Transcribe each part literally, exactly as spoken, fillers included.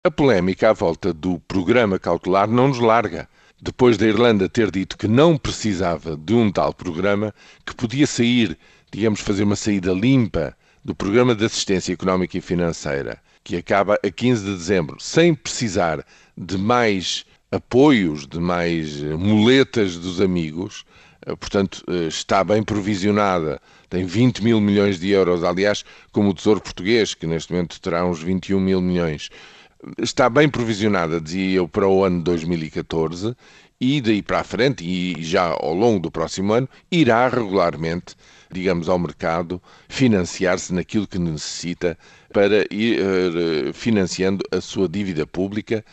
A polémica à volta do programa cautelar não nos larga. Depois da Irlanda ter dito que não precisava de um tal programa, que podia sair, digamos, fazer uma saída limpa do programa de assistência económica e financeira, que acaba a quinze de dezembro, sem precisar de mais apoios, de mais muletas dos amigos, portanto, está bem provisionada, tem vinte mil milhões de euros, aliás, como o Tesouro Português, que neste momento terá uns vinte e um mil milhões. Está bem provisionada, dizia eu, para o ano de dois mil e catorze e daí para a frente, e já ao longo do próximo ano, irá regularmente, digamos, ao mercado, financiar-se naquilo que necessita para ir uh, financiando a sua dívida pública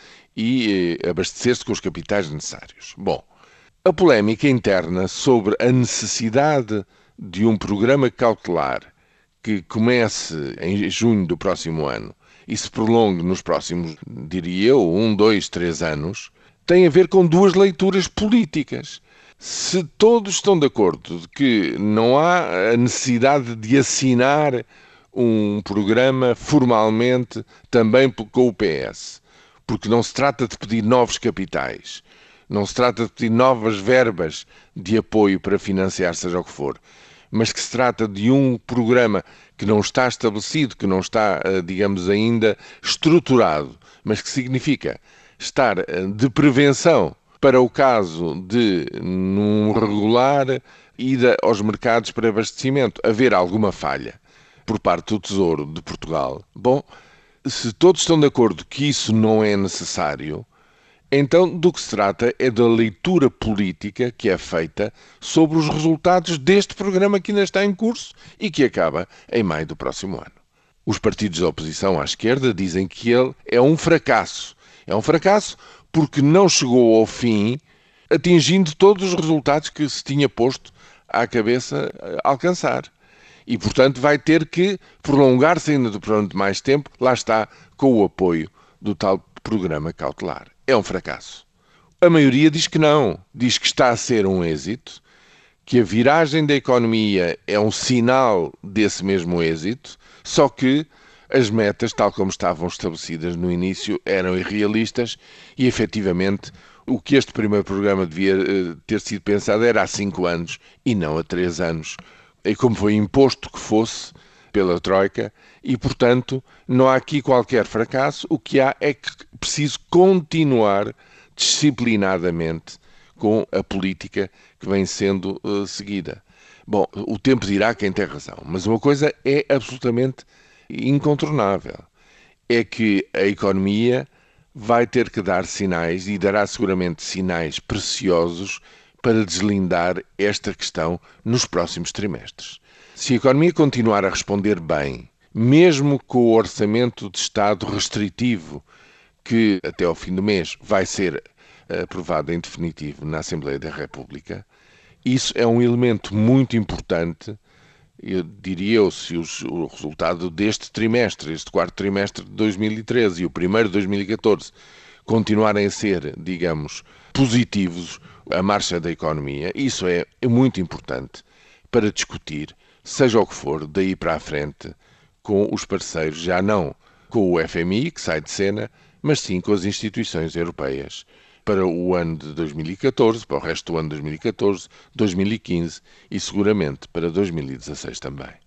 e uh, abastecer-se com os capitais necessários. Bom, a polémica interna sobre a necessidade de um programa cautelar que comece em junho do próximo ano e se prolongue nos próximos, diria eu, um, dois, três anos, tem a ver com duas leituras políticas. Se todos estão de acordo de que não há a necessidade de assinar um programa formalmente também com o P S, porque não se trata de pedir novos capitais, não se trata de pedir novas verbas de apoio para financiar seja o que for, mas que se trata de um programa que não está estabelecido, que não está, digamos, ainda estruturado, mas que significa estar de prevenção para o caso de, num regular ida aos mercados para abastecimento, haver alguma falha por parte do Tesouro de Portugal. Bom, se todos estão de acordo que isso não é necessário, então, do que se trata é da leitura política que é feita sobre os resultados deste programa que ainda está em curso e que acaba em maio do próximo ano. Os partidos da oposição à esquerda dizem que ele é um fracasso. É um fracasso porque não chegou ao fim atingindo todos os resultados que se tinha posto à cabeça a alcançar. E, portanto, vai ter que prolongar-se ainda durante mais tempo, lá está, com o apoio do tal programa cautelar. É um fracasso. A maioria diz que não, diz que está a ser um êxito, que a viragem da economia é um sinal desse mesmo êxito, só que as metas, tal como estavam estabelecidas no início, eram irrealistas e, efetivamente, o que este primeiro programa devia ter sido pensado era há cinco anos e não há três anos, e como foi imposto que fosse pela Troika, e, portanto, não há aqui qualquer fracasso. O que há é que preciso continuar disciplinadamente com a política que vem sendo uh, seguida. Bom, o tempo dirá quem tem razão, mas uma coisa é absolutamente incontornável, é que a economia vai ter que dar sinais, e dará seguramente sinais preciosos, para deslindar esta questão nos próximos trimestres. Se a economia continuar a responder bem, mesmo com o orçamento de Estado restritivo, que até ao fim do mês vai ser aprovado em definitivo na Assembleia da República, isso é um elemento muito importante, eu diria eu, se os, o resultado deste trimestre, este quarto trimestre de dois mil e treze e o primeiro de dois mil e catorze, continuarem a ser, digamos, positivos, a marcha da economia, isso é muito importante para discutir, seja o que for, daí para a frente, com os parceiros, já não com o F M I, que sai de cena, mas sim com as instituições europeias, para o ano de dois mil e catorze, para o resto do ano de dois mil e catorze, dois mil e quinze e seguramente para dois mil e dezasseis também.